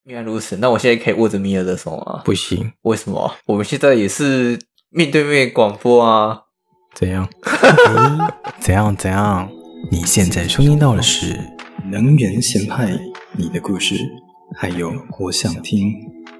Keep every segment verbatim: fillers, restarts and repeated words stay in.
原来如此，那我现在可以握着米尔的手吗？ 不行。 为什么？我们现在也是面对面广播啊。 怎样？怎样怎样？你现在收听到的是能源闲派，你的故事，还有我想听。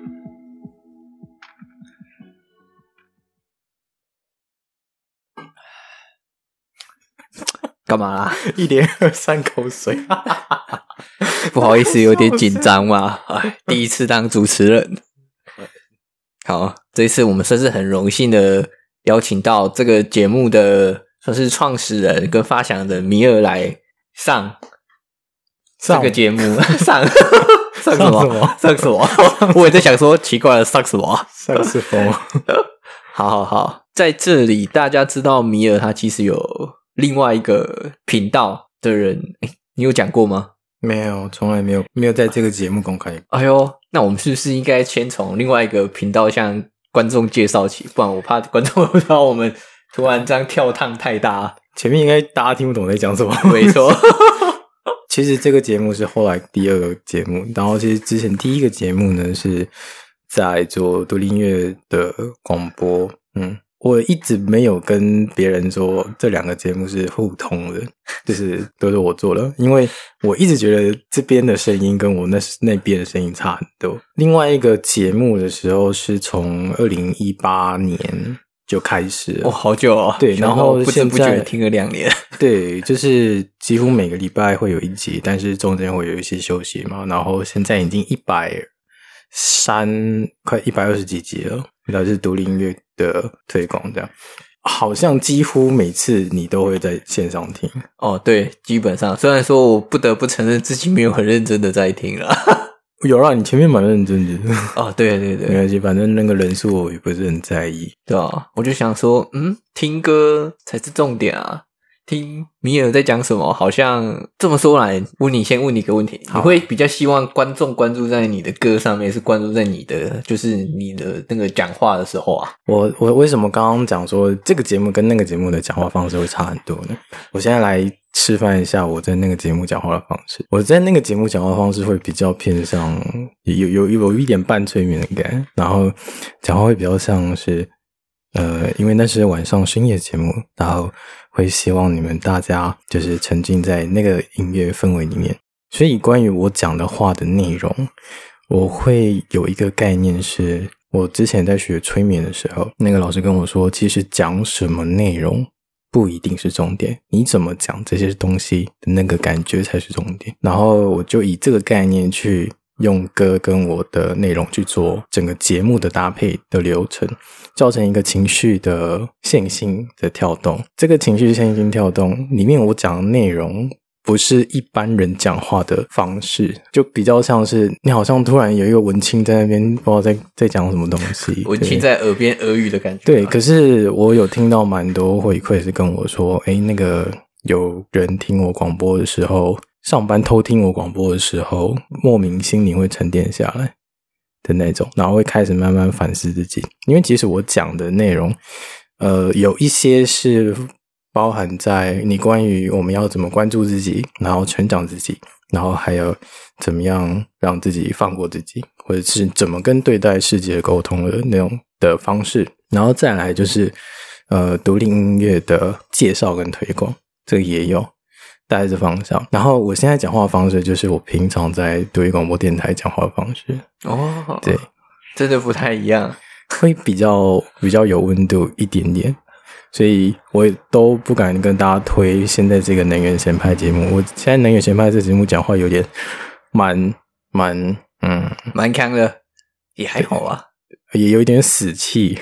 干嘛啦？ 一连喝三口水。 不好意思，有点紧张嘛。哎，第一次当主持人。好，这一次我们算是很荣幸的邀请到这个节目的算是创始人跟发想人米尔来上这个节目。上上什么？上什么？我也在想说奇怪了，上什么？ 上是风。 好好好，在这里大家知道米尔他其实有另外一个频道的人，诶你有讲过吗？ 没有，从来没有，没有在这个节目公开。 哎呦，那我们是不是应该先从另外一个频道向观众介绍起？不然我怕观众不知道我们突然这样跳趟太大。 前面应该大家听不懂在讲什么。 没错。 其实这个节目是后来第二个节目，然后其实之前第一个节目呢是在做独立音乐的广播。嗯。我一直没有跟别人说这两个节目是互通的，就是都是我做的，因为我一直觉得这边的声音跟我那那边的声音差很多。另外一个节目的时候是从二零一八年就开始了。 哦，好久哦。 对，然后不知不觉听了两年。对， 就是几乎每个礼拜会有一集，但是中间会有一些休息嘛。然后现在已经一百三快一百二十几集了，那是独立音乐的推广，这样好像几乎每次你都会在线上听。 哦，对，基本上虽然说我不得不承认自己没有很认真的在听啦。 有啦，你前面蛮认真的。 哦，对对对， 没关系，反正那个人数我也不是很在意。 对啊，我就想说，嗯，听歌才是重点啊。听米尔在讲什么，好像这么说来，问你先问你一个问题，你会比较希望观众关注在你的歌上面，是关注在你的就是你的那个讲话的时候啊？ 我我为什么刚刚讲说这个节目跟那个节目的讲话方式会差很多呢？我现在来示范一下我在那个节目讲话的方式。我在那个节目讲话方式会比较偏向有有有一点半催眠的感，然后讲话会比较像是呃，因为那是晚上深夜节目，然后会希望你们大家就是沉浸在那个音乐氛围里面。所以关于我讲的话的内容，我会有一个概念，是我之前在学催眠的时候，那个老师跟我说，其实讲什么内容不一定是重点，你怎么讲这些东西的那个感觉才是重点。然后我就以这个概念去用歌跟我的内容去做整个节目的搭配的流程，造成一个情绪的线性的跳动。这个情绪线性跳动里面我讲的内容不是一般人讲话的方式，就比较像是你好像突然有一个文青在那边不知道在在讲什么东西， 文青在耳边耳语的感觉。 对，可是我有听到蛮多回馈是跟我说，诶，那个有人听我广播的时候，上班偷听我广播的时候，莫名心灵会沉淀下来的那种，然后会开始慢慢反思自己。因为其实我讲的内容呃，有一些是包含在你关于我们要怎么关注自己，然后成长自己，然后还有怎么样让自己放过自己，或者是怎么跟对待世界沟通的那种的方式。然后再来就是呃，独立音乐的介绍跟推广，这个也有大概这方向。然后我现在讲话的方式就是我平常在独立广播电台讲话的方式。 哦， 对， 真的不太一样， 会比较比较有温度一点点，所以我也都不敢跟大家推现在这个能源闲派节目。我现在能源闲派这节目讲话有点蛮蛮嗯蛮强的，也还好啊， 也有一点死气。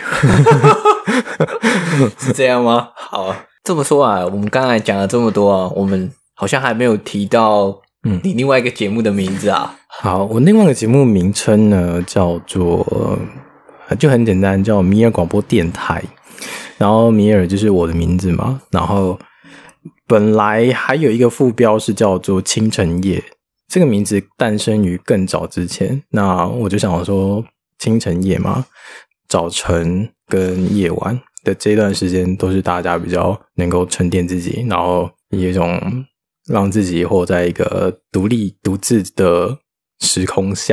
是这样吗？好啊，这么说啊，我们刚才讲了这么多啊，我们好像还没有提到嗯你另外一个节目的名字啊。 好，我另外一个节目名称呢叫做就很简单，叫米尔广播电台。然后米尔就是我的名字嘛，然后本来还有一个副标是叫做清晨夜，这个名字诞生于更早之前。那我就想说清晨夜嘛，早晨跟夜晚的这段时间都是大家比较能够沉淀自己，然后有一种让自己活在一个独立独自的时空下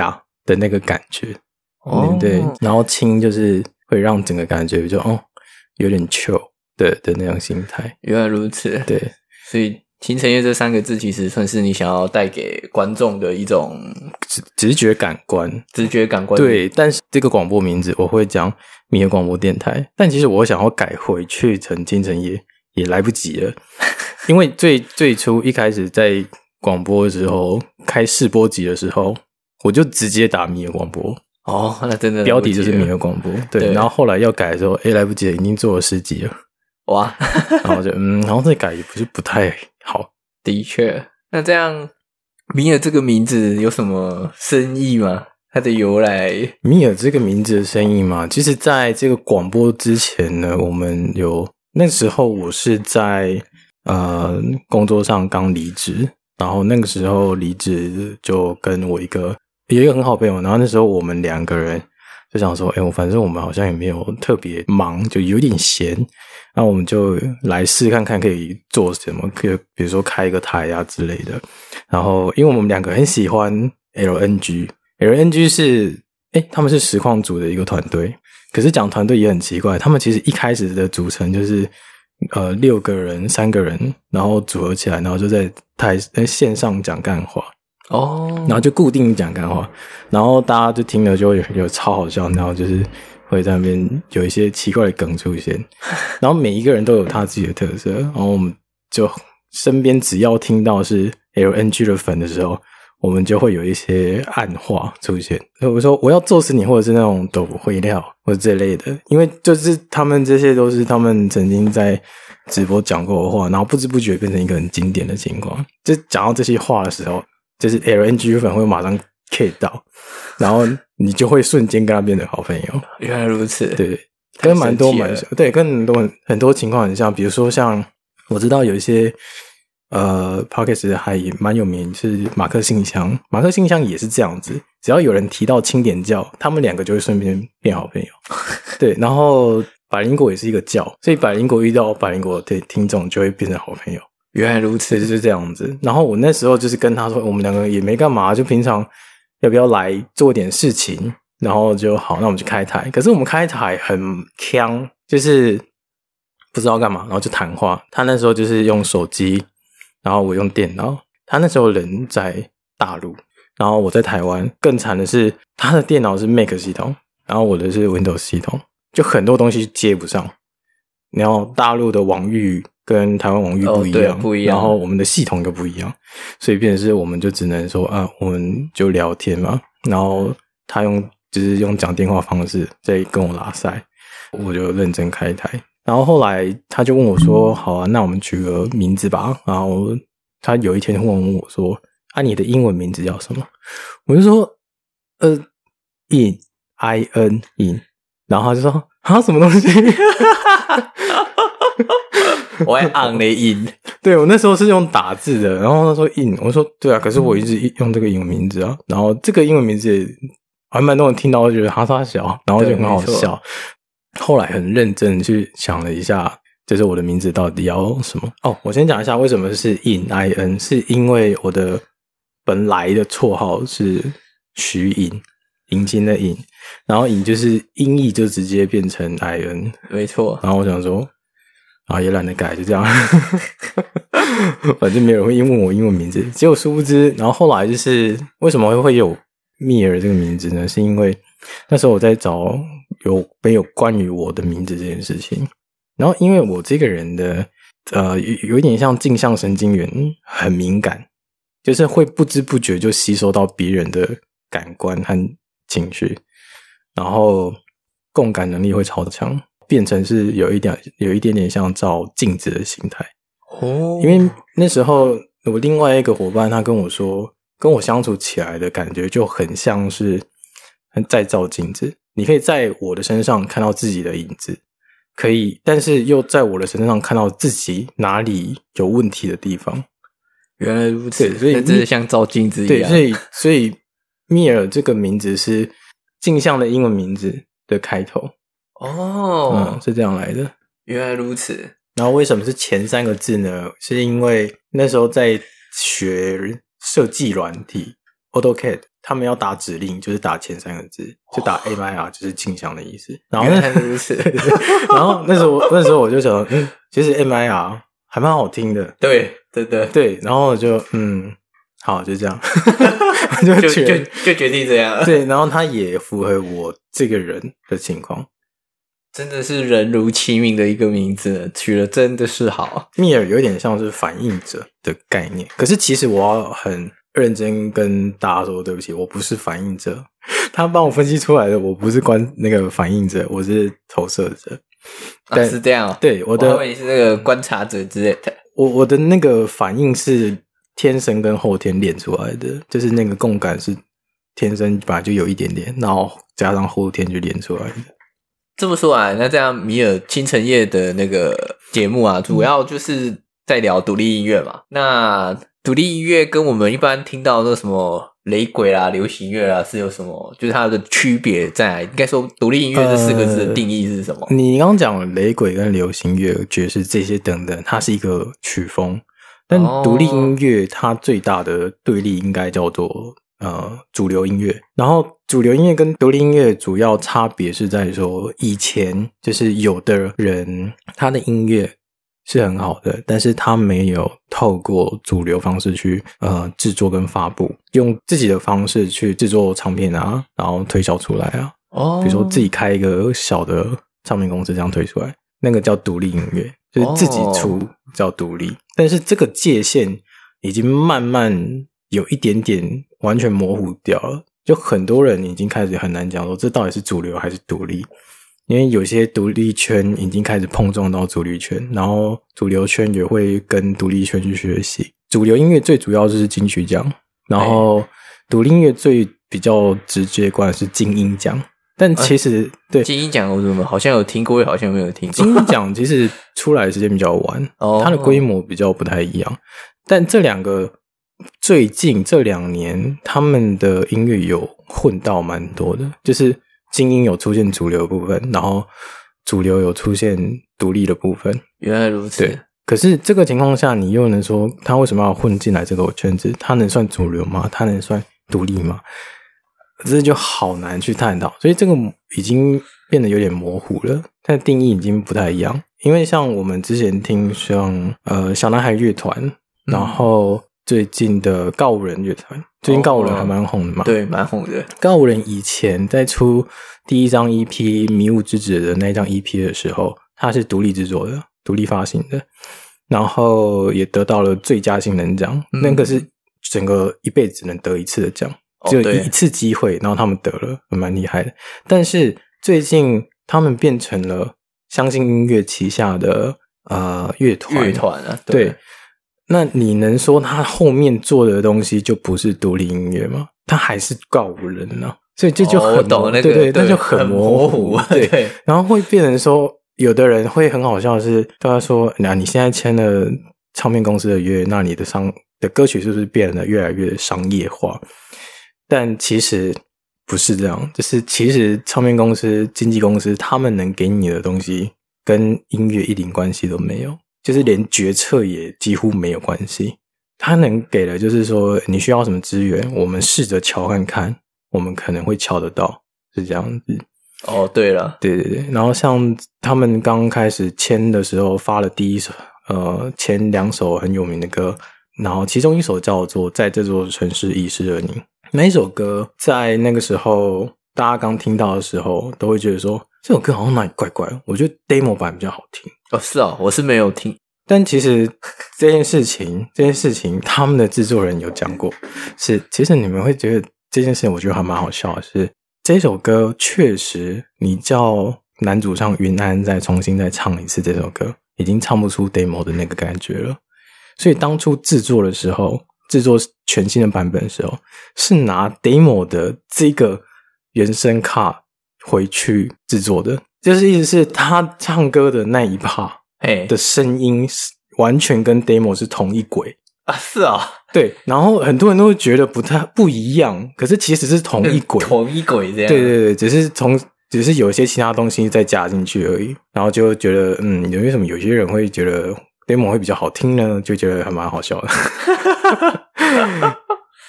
的那个感觉。 哦， 对，然后轻就是会让整个感觉就哦有点 chill 的的那种心态。 原来如此。 对， 所以轻乘乐这三个字其实算是你想要带给观众的一种直直觉感官， 直觉感官。 对，但是这个广播名字我会讲米尔广播电台，但其实我想要改回去成轻乘乐也来不及了，因为最最初一开始在广播的时候开试播集的时候，我就直接打米尔广播。 哦，那真的标题就是米尔广播，对, 对。然后后来要改的时候，诶来不及了，已经做了十集了， 哇！ 然后就嗯，然后再改也不是不太好。 的确，那这样米尔这个名字有什么深意吗？它的由来？ 米尔这个名字的深意嘛，其实在这个广播之前呢，我们有那时候我是在呃工作上刚离职，然后那个时候离职就跟我一个。有一个很好朋友，然后那时候我们两个人就想说，哎、欸，我反正我们好像也没有特别忙，就有点闲，那我们就来试看看可以做什么，可以比如说开一个台啊之类的。然后因为我们两个很喜欢 L N G，L N G 是哎、欸，他们是实况组的一个团队，可是讲团队也很奇怪，他们其实一开始的组成就是呃六个人、三个人，然后组合起来，然后就在台在线上讲干话。 哦， 然后就固定讲干话，然后大家就听了就有有超好笑，然后就是会在那边有一些奇怪的梗出现，然后每一个人都有他自己的特色，然后我们就身边只要听到是 L N G 的粉的时候，我们就会有一些暗话出现，所以我说我要揍死你，或者是那种豆腐灰料或者这类的，因为就是他们这些都是他们曾经在直播讲过的话，然后不知不觉变成一个很经典的情况，就讲到这些话的时候，就是 L N G 粉会马上 K 到，然后你就会瞬间跟他变成好朋友。 原来如此， 对，跟蛮多蛮对，跟很多很多情况很像。比如说像我知道有一些呃 Podcast 还蛮有名，是马克信箱，马克信箱也是这样子，只要有人提到清点教，他们两个就会顺便变好朋友。对，然后百灵果也是一个教，所以百灵果遇到百灵果的听众就会变成好朋友。 原来如此， 就是这样子。然后我那时候就是跟他说，我们两个也没干嘛，就平常要不要来做点事情，然后就好，那我们就开台。可是我们开台很呛，就是不知道干嘛，然后就谈话。他那时候就是用手机，然后我用电脑。他那时候人在大陆，然后我在台湾。更惨的是，他的电脑是 Mac 系统，然后我的是 Windows 系统，就很多东西接不上。然后大陆的网域跟台湾网域不一样， 哦、不一样， 然后我们的系统又不一样，所以变成是我们就只能说啊，我们就聊天嘛，然后他用就是用讲电话方式在跟我拉塞，我就认真开台。然后后来他就问我说：“好啊，那我们取个名字吧。”然后他有一天问我说：“啊，你的英文名字叫什么？”我就说：“呃 ，in I N in。”然后他就说：“啊，什么东西？” 我还 on 了 in， 对，我那时候是用打字的，然后他说 in， 我说对啊，可是我一直用这个英文名字啊，然后这个英文名字也还蛮多人听到就觉得哈哈小，然后就很好笑。后来很认真去想了一下，就是我的名字到底要什么。哦，我先讲一下为什么是 in I N， 是因为我的本来的绰号是徐颖，迎亲的颖，然后颖就是音译就直接变成 I N， 没错。 然后我想说。啊，也懒得改，就这样。反正没有人会问我英文名字，结果殊不知，然后后来就是为什么会有密尔这个名字呢？是因为那时候我在找有没有关于我的名字这件事情，然后因为我这个人的呃有有一点像镜像神经元，很敏感，就是会不知不觉就吸收到别人的感官和情绪，然后共感能力会超强。变成是有一点有一点点像照镜子的心态哦， 因为那时候我另外一个伙伴他跟我说，跟我相处起来的感觉就很像是在照镜子，你可以在我的身上看到自己的影子，可以，但是又在我的身上看到自己哪里有问题的地方。 原来如此， 所以这是像照镜子一样。 对，所以所以密尔这个名字是镜像的英文名字的开头。 哦， 嗯，是这样来的。 原来如此。 然后为什么是前三个字呢？是因为那时候在学设计软体 AutoCAD， 他们要打指令，就是打前三个字，就打 A M I R， 就是静香的意思。然后原来如此， 然后那时候那时候我就想，嗯，其实 A M I R 还蛮好听的， 对，真的， 对。然后我就嗯，好，就这样，就就决就就决定这样。 对，然后他也符合我这个人的情况。 真的是人如其名的一个名字，取得真的是好。 密尔有点像是反应者的概念，可是其实我要很认真跟大家说，对不起，我不是反应者。他帮我分析出来的，我不是观那个反应者，我是投射者。 啊、是这样、哦， 对，我的我以为是那个观察者之类的。 我我的那个反应是天生跟后天练出来的，就是那个共感是天生本来就有一点点，然后加上后天就练出来的。 这么说啊，那这样米尔清晨夜的那个节目啊，主要就是在聊独立音乐嘛。那独立音乐跟我们一般听到的什么雷鬼啦、流行乐啦，是有什么？就是它的区别在？应该说，独立音乐这四个字的定义是什么？ 呃、你刚刚讲雷鬼跟流行乐、爵士这些等等，它是一个曲风，但独立音乐它最大的对立应该叫做呃主流音乐。然后主流音乐跟独立音乐主要差别是在说，以前就是有的人他的音乐是很好的，但是他没有透过主流方式去呃制作跟发布，用自己的方式去制作唱片啊，然后推销出来啊。哦，比如说自己开一个小的唱片公司这样推出来，那个叫独立音乐，就是自己出叫独立。但是这个界限已经慢慢有一点点完全模糊掉了，就很多人已经开始很难讲说这到底是主流还是独立。因为有些独立圈已经开始碰撞到主流圈，然后主流圈也会跟独立圈去学习。主流音乐最主要就是金曲奖，然后独立音乐最比较直接关的是金鹰奖。但其实、呃、对金鹰奖我怎么好像有听过，好像没有听过。 金鹰奖其实出来的时间比较晚，哦、它的规模比较不太一样。但这两个最近这两年，他们的音乐有混到蛮多的，就是精英有出现主流的部分，然后主流有出现独立的部分。 原来如此。 对，可是这个情况下，你又能说他为什么要混进来这个圈子？他能算主流吗？他能算独立吗？这就好难去探讨，所以这个已经变得有点模糊了，它的定义已经不太一样。因为像我们之前听像呃小男孩乐团、嗯，然后最近的告五人乐团，最近告五人还蛮红的嘛， 哦、对，蛮红的。 告五人以前在出第一张 E P《迷雾之子》的那张 E P 的时候，它是独立制作的，独立发行的，然后也得到了最佳新人奖、嗯，那个是整个一辈子只能得一次的奖。只有一次机会，然后他们得了，蛮厉害的。但是最近他们变成了相信音乐旗下的呃乐团， 乐团啊，对。 对，那你能说他后面做的东西就不是独立音乐吗？他还是告五人呢、啊，所以这就很、哦、 懂那个， 对对，那就很模糊，对。 对， 然后会变成说，有的人会很好笑的是，大家说，那你现在签了唱片公司的约，那你的商的歌曲是不是变得越来越商业化？但其实不是这样，就是其实唱片公司、经纪公司他们能给你的东西跟音乐一点关系都没有，就是连决策也几乎没有关系。他能给的就是说你需要什么资源，我们试着瞧看看，我们可能会瞧得到，是这样子。 哦，对了， 对对对。然后像他们刚开始签的时候发了第一首呃前两首很有名的歌，然后其中一首叫做《在这座城市遗失了你》。那一首歌在那个时候大家刚听到的时候都会觉得说这首歌好像哪里怪怪，我觉得 demo 版比较好听。 哦，是啊、哦，我是没有听。 但其实这件事情这件事情他们的制作人有讲过，是其实你们会觉得这件事情我觉得还蛮好笑的，是这首歌确实你叫男主唱云安再重新再唱一次这首歌，已经唱不出 demo 的那个感觉了。所以当初制作的时候，制作全新的版本的时候，是拿 demo 的这个原声卡回去制作的，就是意思是他唱歌的那一 part 的声音完全跟 demo 是同一轨啊，是啊， 对，然后很多人都会觉得不太不一样，可是其实是同一轨， 同一轨这样， 对对对，只是从只是有一些其他东西再加进去而已，然后就觉得嗯，有为什么有些人会觉得 demo 会比较好听呢？就觉得还蛮好笑的。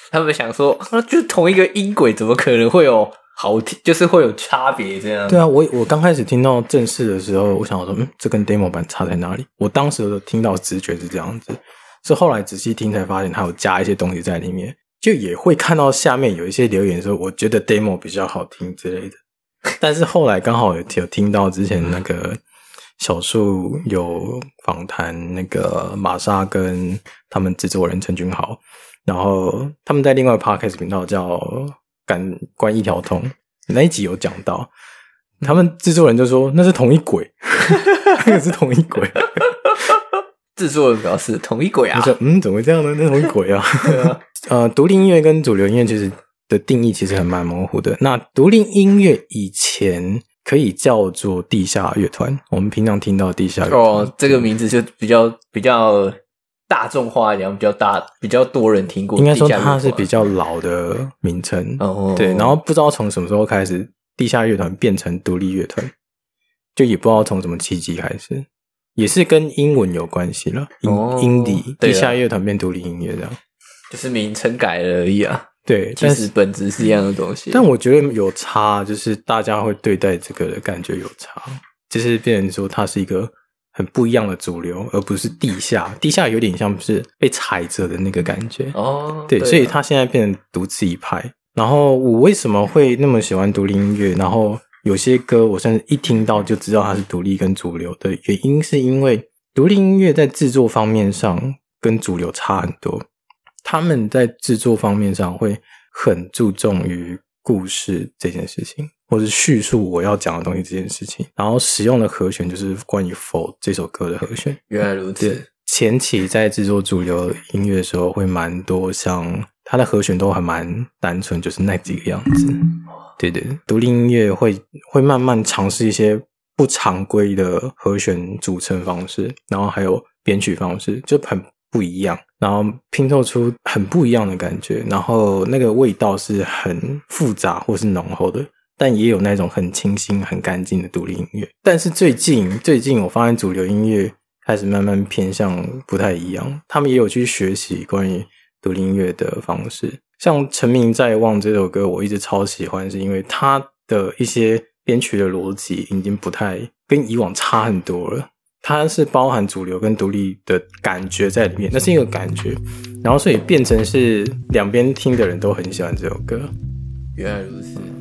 他们想说，啊，就同一个音轨，怎么可能会有好听，就是会有差别这样？ 对啊，我我刚开始听到正式的时候，我想说，嗯，这跟 demo 版差在哪里？我当时的听到直觉是这样子，是后来仔细听才发现，它有加一些东西在里面，就也会看到下面有一些留言说，我觉得 demo 比较好听之类的。但是后来刚好有有听到之前那个小树有访谈那个玛莎跟他们制作人陈君豪，然后他们在另外一个 podcast 频道叫感官一条通，那一集有讲到，他们制作人就说那是同一轨，那个是同一轨。 制作人表示同一轨啊， 我说嗯，怎么会这样呢？那是同一轨啊。啊呃，独立音乐跟主流音乐其实的定义其实还蛮模糊的。那独立音乐以前可以叫做地下乐团，我们平常听到地下乐团哦，这个名字就比较比较大众化一点，比较大比较多人听过。 应该说它是比较老的名称， 哦， 对。然后不知道从什么时候开始，地下乐团变成独立乐团，就也不知道从什么契机开始，也是跟英文有关系了。 哦 indie 地下乐团变独立音乐这样， 就是名称改了而已啊。 对， 其实本质是一样的东西。 但我觉得有差，就是大家会对待这个的感觉有差，就是变成说它是一个很不一样的主流，而不是地下。地下有点像是被踩着的那个感觉。 哦， 对， 对啊， 所以它现在变成独自一派。然后我为什么会那么喜欢独立音乐？然后有些歌我甚至一听到就知道它是独立跟主流的原因，是因为独立音乐在制作方面上跟主流差很多。他们在制作方面上会很注重于故事这件事情，或是叙述我要讲的东西这件事情，然后使用的和弦就是关于 For 这首歌的和弦。 原来如此。 前期在制作主流音乐的时候会蛮多像它的和弦都还蛮单纯，就是那几个样子。对对，独立音乐会会慢慢尝试一些不常规的和弦组成方式，然后还有编曲方式，就很不一样，然后拼凑出很不一样的感觉，然后那个味道是很复杂或是浓厚的，但也有那种很清新很干净的独立音乐。但是最近最近我发现主流音乐开始慢慢偏向不太一样，他们也有去学习关于独立音乐的方式。像《成名在望》这首歌我一直超喜欢，是因为它的一些编曲的逻辑已经不太跟以往差很多了，它是包含主流跟独立的感觉在里面，那是一个感觉，然后所以变成是两边听的人都很喜欢这首歌。 原来如此。